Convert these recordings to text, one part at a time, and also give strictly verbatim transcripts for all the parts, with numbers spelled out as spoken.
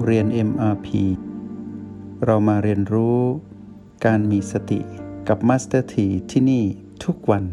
เรียน เอ็ม อาร์ พี เรามาเรียนรู้การมีสติกับ Master T ที่นี่ทุกวัน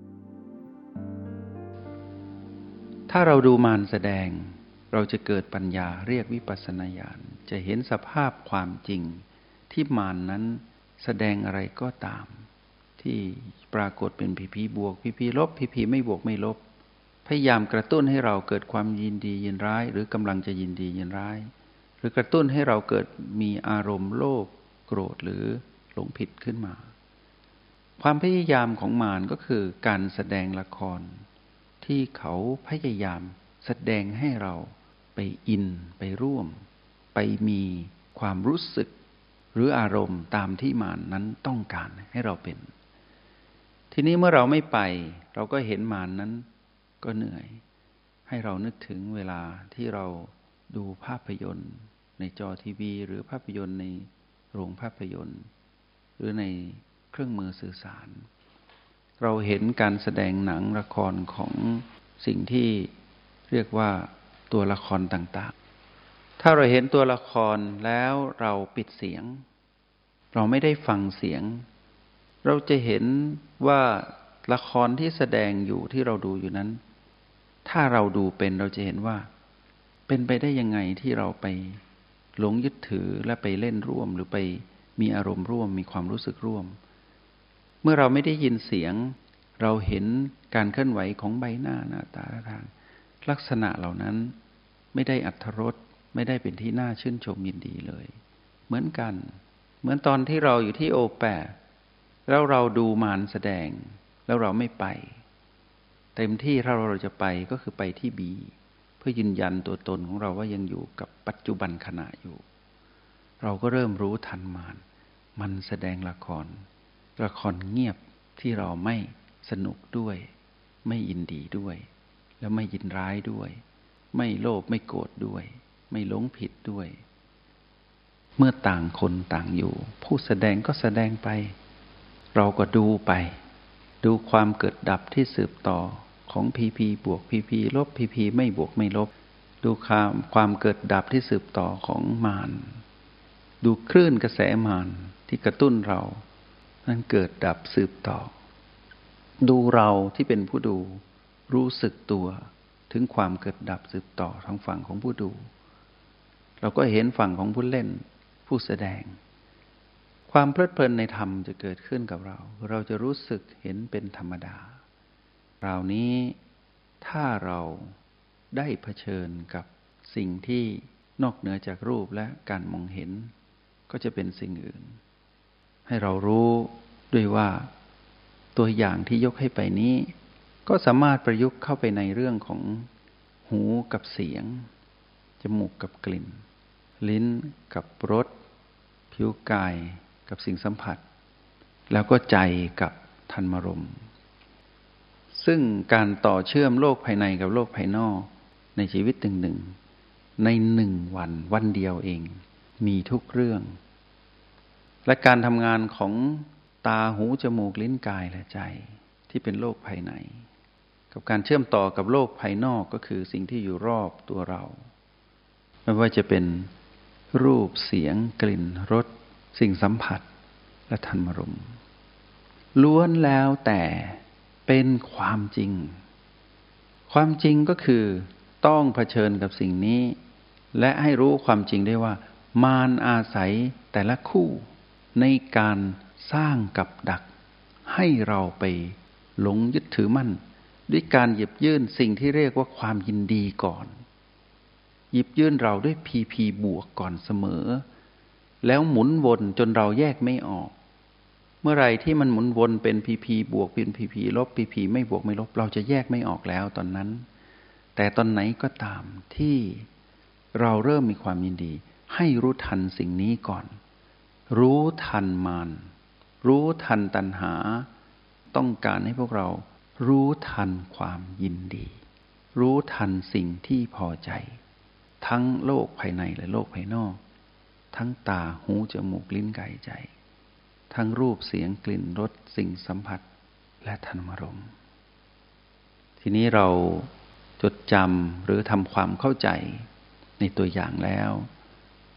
ถ้าเราดูมารแสดงเราจะเกิดปัญญาเรียกวิปัสสนาญาณจะเห็นสภาพความจริงที่มารนั้นแสดงอะไรก็ตามที่ปรากฏเป็นพีพีบวกพีพีลบพีพีไม่บวกไม่ลบพยายามกระตุ้นให้เราเกิดความยินดียินร้ายหรือกำลังจะยินดียินร้ายหรือกระตุ้นให้เราเกิดมีอารมณ์โลภโกรธหรือหลงผิดขึ้นมาความพยายามของมารก็คือการแสดงละครที่เขาพยายามแสดงให้เราไปอินไปร่วมไปมีความรู้สึกหรืออารมณ์ตามที่มารนั้นต้องการให้เราเป็นทีนี้เมื่อเราไม่ไปเราก็เห็นมารนั้นก็เหนื่อยให้เรานึกถึงเวลาที่เราดูภาพยนตร์ในจอทีวีหรือภาพยนตร์ในโรงภาพยนตร์หรือในเครื่องมือสื่อสารเราเห็นการแสดงหนังละครของสิ่งที่เรียกว่าตัวละครต่างๆถ้าเราเห็นตัวละครแล้วเราปิดเสียงเราไม่ได้ฟังเสียงเราจะเห็นว่าละครที่แสดงอยู่ที่เราดูอยู่นั้นถ้าเราดูเป็นเราจะเห็นว่าเป็นไปได้ยังไงที่เราไปหลงยึดถือและไปเล่นร่วมหรือไปมีอารมณ์ร่วมมีความรู้สึกร่วมเมื่อเราไม่ได้ยินเสียงเราเห็นการเคลื่อนไหวของใบหน้าหน้าตาท่าทางลักษณะเหล่านั้นไม่ได้อรรถรสไม่ได้เป็นที่น่าชื่นชมยินดีเลยเหมือนกันเหมือนตอนที่เราอยู่ที่โอแปดแล้วเราดูมารแสดงแล้วเราไม่ไปเต็มที่ถ้าเราจะไปก็คือไปที่บีเพื่อยืนยันตัวตนของเราว่ายังอยู่กับปัจจุบันขณะอยู่เราก็เริ่มรู้ทันมารมันแสดงละครละครเงียบที่เราไม่สนุกด้วยไม่ยินดีด้วยแล้วไม่ยินร้ายด้วยไม่โลภไม่โกรธด้วยไม่หลงผิดด้วยเมื่อต่างคนต่างอยู่ผู้แสดงก็แสดงไปเราก็ดูไปดูความเกิดดับที่สืบต่อของพีพีบวกพีพีลบพีพีไม่บวกไม่ลบดูความความเกิดดับที่สืบต่อของมารดูคลื่นกระแสมารที่กระตุ้นเรานั้นเกิดดับสืบต่อดูเราที่เป็นผู้ดูรู้สึกตัวถึงความเกิดดับสืบต่อทางฝั่งของผู้ดูเราก็เห็นฝั่งของผู้เล่นผู้แสดงความเพลิดเพลินในธรรมจะเกิดขึ้นกับเราเราจะรู้สึกเห็นเป็นธรรมดาคราวนี้ถ้าเราได้เผชิญกับสิ่งที่นอกเหนือจากรูปและการมองเห็นก็จะเป็นสิ่งอื่นให้เรารู้ด้วยว่าตัวอย่างที่ยกให้ไปนี้ก็สามารถประยุกต์เข้าไปในเรื่องของหูกับเสียงจมูกกับกลิ่นลิ้นกับรสผิวกายกับสิ่งสัมผัสแล้วก็ใจกับธรรมารมณ์ซึ่งการต่อเชื่อมโลกภายในกับโลกภายนอกในชีวิตหนึ่งๆในหนึ่งวันวันเดียวเองมีทุกเรื่องและการทำงานของตาหูจมูกลิ้นกายและใจที่เป็นโลกภายในกับการเชื่อมต่อกับโลกภายนอกก็คือสิ่งที่อยู่รอบตัวเราไม่ว่าจะเป็นรูปเสียงกลิ่นรสสิ่งสัมผัสและธรรมารมณ์ล้วนแล้วแต่เป็นความจริงความจริงก็คือต้องเผชิญกับสิ่งนี้และให้รู้ความจริงได้ว่ามารอาศัยแต่ละคู่ในการสร้างกับดักให้เราไปหลงยึดถือมั่นด้วยการหยิบยื่นสิ่งที่เรียกว่าความยินดีก่อนหยิบยื่นเราด้วยพีพีบวกก่อนเสมอแล้วหมุนวนจนเราแยกไม่ออกเมื่อไรที่มันหมุนวนเป็นพีพีบวกเป็นพีพีลบพีพีไม่บวกไม่ลบเราจะแยกไม่ออกแล้วตอนนั้นแต่ตอนไหนก็ตามที่เราเริ่มมีความยินดีให้รู้ทันสิ่งนี้ก่อนรู้ทันมารรู้ทันตัณหาต้องการให้พวกเรารู้ทันความยินดีรู้ทันสิ่งที่พอใจทั้งโลกภายในและโลกภายนอกทั้งตาหูจมูกลิ้นกายใจทั้งรูปเสียงกลิ่นรสสิ่งสัมผัสและธรรมารมณ์ทีนี้เราจดจำหรือทำความเข้าใจในตัวอย่างแล้ว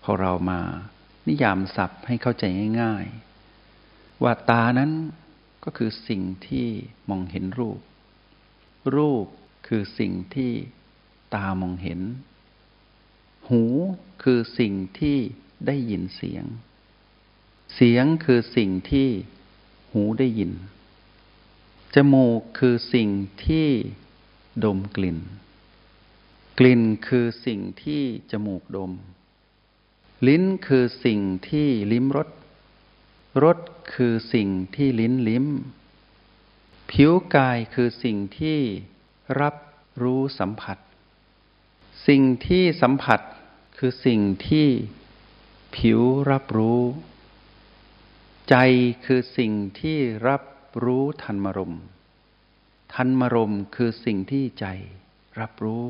พอเรามานิยามศัพท์ให้เข้าใจง่ายๆว่าตานั้นก็คือสิ่งที่มองเห็นรูปรูปคือสิ่งที่ตามองเห็นหูคือสิ่งที่ได้ยินเสียงเสียงคือสิ่งที่หูได้ยินจมูกคือสิ่งที่ดมกลิ่นกลิ่นคือสิ่งที่จมูกดมลิ้นคือสิ่งที่ลิ้มรสรสคือสิ่งที่ลิ้นลิ้มผิวกายคือสิ่งที่รับรู้สัมผัสสิ่งที่สัมผัสคือสิ่งที่ผิวรับรู้ใจคือสิ่งที่รับรู้ธรรมารมณ์ธรรมารมณ์คือสิ่งที่ใจรับรู้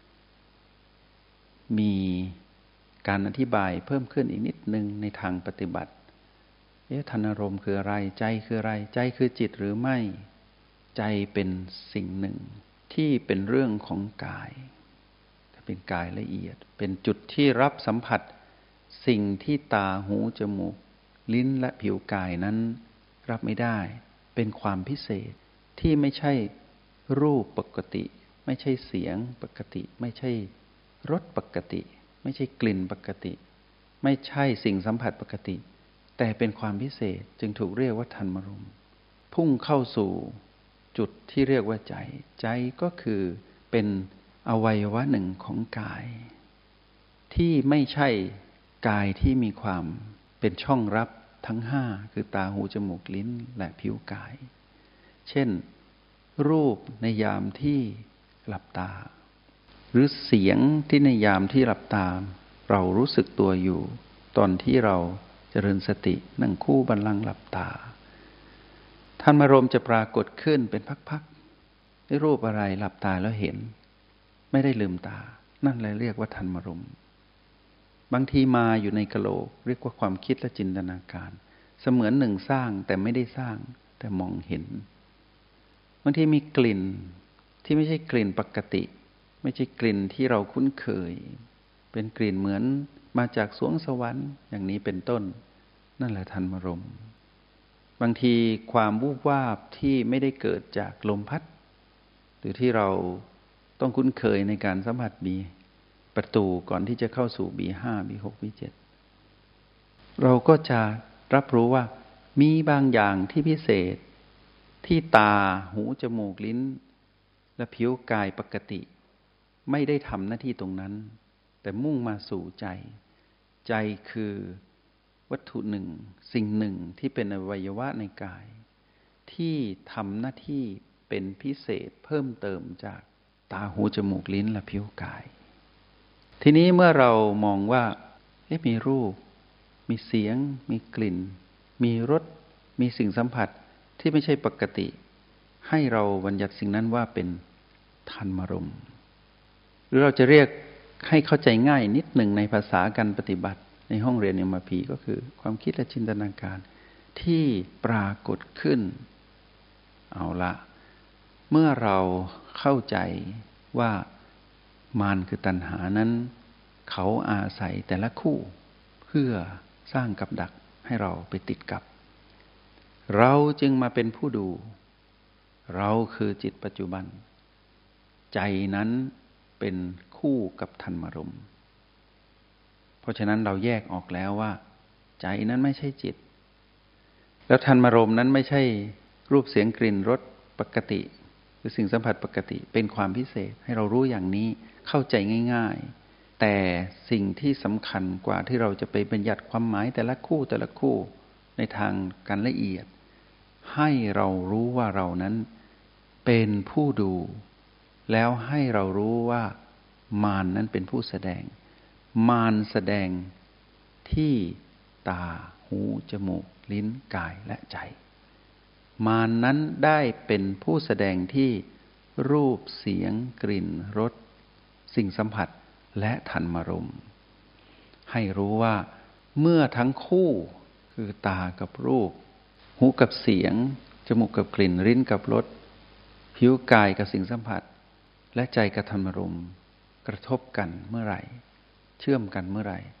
มีการอธิบายเพิ่มขึ้นอีกนิดนึงในทางปฏิบัติเอ๊ะธรรมารมณ์คืออะไรใจคืออะไรใจคือจิตหรือไม่ใจเป็นสิ่งหนึ่งที่เป็นเรื่องของกายเป็นกายละเอียดเป็นจุดที่รับสัมผัสสิ่งที่ตาหูจมูกลิ้นและผิวกายนั้นรับไม่ได้เป็นความพิเศษที่ไม่ใช่รูปปกติไม่ใช่เสียงปกติไม่ใช่รสปกติไม่ใช่กลิ่นปกติไม่ใช่สิ่งสัมผัสปกติแต่เป็นความพิเศษจึงถูกเรียกว่าธรรมารมณ์พุ่งเข้าสู่จุดที่เรียกว่าใจใจก็คือเป็นอวัยวะหนึ่งของกายที่ไม่ใช่กายที่มีความเป็นช่องรับทั้งห้าคือตาหูจมูกลิ้นและผิวกายเช่นรูปในยามที่หลับตาหรือเสียงที่ในยามที่หลับตาเรารู้สึกตัวอยู่ตอนที่เราเจริญสตินั่งคู่บัลลังก์หลับตาธรรมารมณ์จะปรากฏขึ้นเป็นพักๆได้รูปอะไรหลับตาแล้วเห็นไม่ได้ลืมตานั่นเลยเรียกว่าธรรมารมณ์บางทีมาอยู่ในกะโหลกเรียกว่าความคิดและจินตนาการเสมือนหนึ่งสร้างแต่ไม่ได้สร้างแต่มองเห็นบางทีมีกลิ่นที่ไม่ใช่กลิ่นปกติไม่ใช่กลิ่นที่เราคุ้นเคยเป็นกลิ่นเหมือนมาจากสวงสวรรค์อย่างนี้เป็นต้นนั่นแหละธรรมารมณ์บางทีความวูบวาบที่ไม่ได้เกิดจากลมพัดหรือที่เราต้องคุ้นเคยในการสัมผัสบีประตูก่อนที่จะเข้าสู่บีห้าบีหกบีเจ็ดเราก็จะรับรู้ว่ามีบางอย่างที่พิเศษที่ตาหูจมูกลิ้นและผิวกายปกติไม่ได้ทำหน้าที่ตรงนั้นแต่มุ่งมาสู่ใจใจคือวัตถุหนึ่งสิ่งหนึ่งที่เป็นอวัยวะในกายที่ทำหน้าที่เป็นพิเศษเพิ่มเติมจากตาหูจมูกลิ้นและผิวกายทีนี้เมื่อเรามองว่าเอ๊ะมีรูปมีเสียงมีกลิ่นมีรสมีสิ่งสัมผัสที่ไม่ใช่ปกติให้เราบัญญัติสิ่งนั้นว่าเป็นธรรมารมณ์หรือเราจะเรียกให้เข้าใจง่ายนิดหนึ่งในภาษาการปฏิบัติในห้องเรียน เอ็ม อาร์ พี ก็คือความคิดและจินตนาการที่ปรากฏขึ้นเอาละเมื่อเราเข้าใจว่ามารคือตัณหานั้นเขาอาศัยแต่ละคู่เพื่อสร้างกับดักให้เราไปติดกับเราจึงมาเป็นผู้ดูเราคือจิตปัจจุบันใจนั้นเป็นคู่กับธรรมารมณ์เพราะฉะนั้นเราแยกออกแล้วว่าใจนั้นไม่ใช่จิตแล้วธรรมารมณ์นั้นไม่ใช่รูปเสียงกลิ่นรสปกติหรือสิ่งสัมผัสปกติเป็นความพิเศษให้เรารู้อย่างนี้เข้าใจง่ายๆแต่สิ่งที่สำคัญกว่าที่เราจะไปบัญญัติความหมายแต่ละคู่แต่ละคู่ในทางการละเอียดให้เรารู้ว่าเรานั้นเป็นผู้ดูแล้วให้เรารู้ว่ามารนั้นเป็นผู้แสดงมารแสดงที่ตาหูจมูกลิ้นกายและใจมารนั้นได้เป็นผู้แสดงที่รูปเสียงกลิ่นรสสิ่งสัมผัสและธรรมารมณ์ให้รู้ว่าเมื่อทั้งคู่คือตากับรูปหูกับเสียงจมูกกับกลิ่นลิ้นกับรสผิวกายกับสิ่งสัมผัสและใจกับธรรมารมณ์กระทบกันเมื่อไหร่เชื่อมกันเมื่อไหร่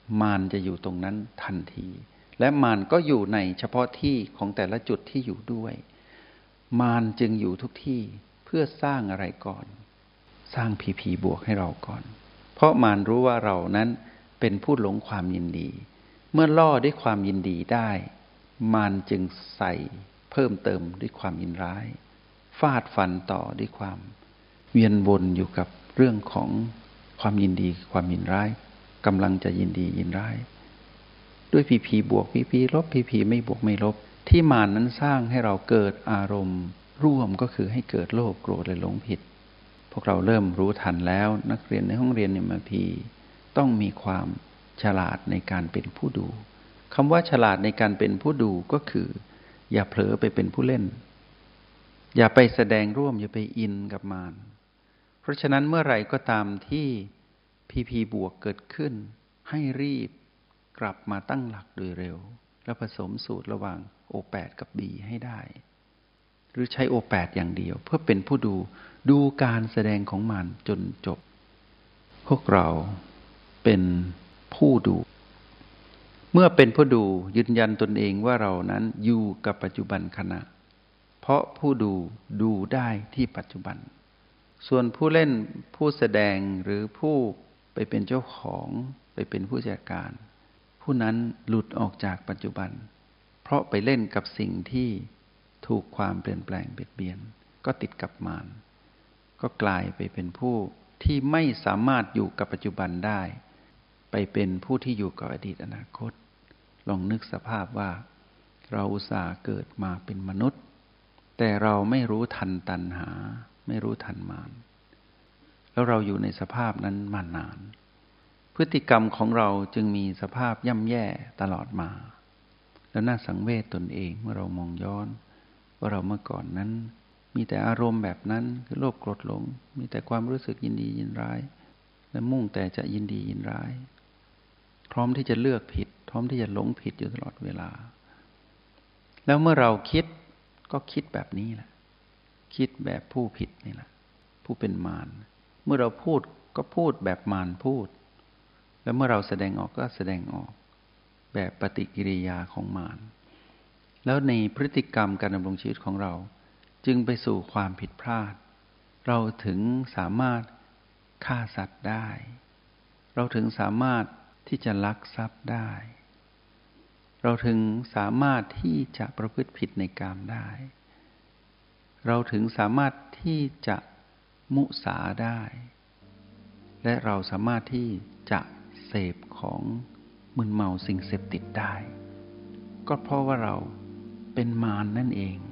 มารจะอยู่ตรงนั้นทันทีและมารก็อยู่ในเฉพาะที่ของแต่ละจุดที่อยู่ด้วยมารจึงอยู่ทุกที่เพื่อสร้างอะไรก่อนสร้างพีพีบวกให้เราก่อนเพราะมารรู้ว่าเรานั้นเป็นผู้หลงความยินดีเมื่อล่อด้วยความยินดีได้มารจึงใส่เพิ่มเติมด้วยความยินร้ายฟาดฟันต่อด้วยความเวียนวนอยู่กับเรื่องของความยินดีความยินร้ายกำลังจะยินดียินร้ายด้วยพีพีบวกพีพีลบพีพีไม่บวกไม่ลบที่มารนั้นสร้างให้เราเกิดอารมณ์ร่วมก็คือให้เกิดโลภโกรธและหลงผิดพวกเราเริ่มรู้ทันแล้วนักเรียนในห้องเรียน เอ็ม อาร์ พี ต้องมีความฉลาดในการเป็นผู้ดูคำว่าฉลาดในการเป็นผู้ดูก็คืออย่าเผลอไปเป็นผู้เล่นอย่าไปแสดงร่วมอย่าไปอินกับมารเพราะฉะนั้นเมื่อไหร่ก็ตามที่พีพีบวกเกิดขึ้นให้รีบกลับมาตั้งหลักโดยเร็วแล้วผสมสูตรระหว่าง โอ แปด กับ B ให้ได้หรือใช้ โอ แปด อย่างเดียวเพื่อเป็นผู้ดูดูการแสดงของมารจนจบพวกเราเป็นผู้ดูเมื่อเป็นผู้ดูยืนยันตนเองว่าเรานั้นอยู่กับปัจจุบันขณะเพราะผู้ดูดูได้ที่ปัจจุบันส่วนผู้เล่นผู้แสดงหรือผู้ไปเป็นเจ้าของไปเป็นผู้จัดการผู้นั้นหลุดออกจากปัจจุบันเพราะไปเล่นกับสิ่งที่ถูกความเปลี่ยนแปลงเบียดเบียนก็ติดกับมารก็กลายไปเป็นผู้ที่ไม่สามารถอยู่กับปัจจุบันได้ไปเป็นผู้ที่อยู่กับอดีตอนาคตลองนึกสภาพว่าเราอุตส่าห์เกิดมาเป็นมนุษย์แต่เราไม่รู้ทันตัณหาไม่รู้ทันมารแล้วเราอยู่ในสภาพนั้นมานานพฤติกรรมของเราจึงมีสภาพย่ำแย่ตลอดมาแล้วน่าสังเวชตนเองเมื่อเรามองย้อนว่าเราเมื่อก่อนนั้นมีแต่อารมณ์แบบนั้นคือโลภโกรธหลงมีแต่ความรู้สึกยินดียินร้ายและมุ่งแต่จะยินดียินร้ายพร้อมที่จะเลือกผิดพร้อมที่จะหลงผิดอยู่ตลอดเวลาแล้วเมื่อเราคิดก็คิดแบบนี้แหละคิดแบบผู้ผิดนี่แหละผู้เป็นมารเมื่อเราพูดก็พูดแบบมารพูดแล้วเมื่อเราแสดงออกก็แสดงออกแบบปฏิกิริยาของมารแล้วในพฤติกรรมการดำรงชีวิตของเราจึงไปสู่ความผิดพลาดเราถึงสามารถฆ่าสัตว์ได้เราถึงสามารถที่จะลักทรัพย์ได้เราถึงสามารถที่จะประพฤติผิดในกามได้เราถึงสามารถที่จะมุสาได้และเราสามารถที่จะเสพของมึนเมาสิ่งเสพติดได้ก็เพราะว่าเราเป็นมารนั่นเอง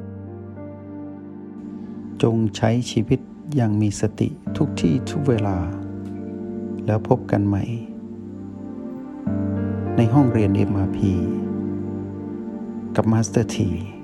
จงใช้ชีวิตอย่างมีสติทุกที่ทุกเวลาแล้วพบกันใหม่ในห้องเรียน เอ็ม อาร์ พี กับมาสเตอร์ ที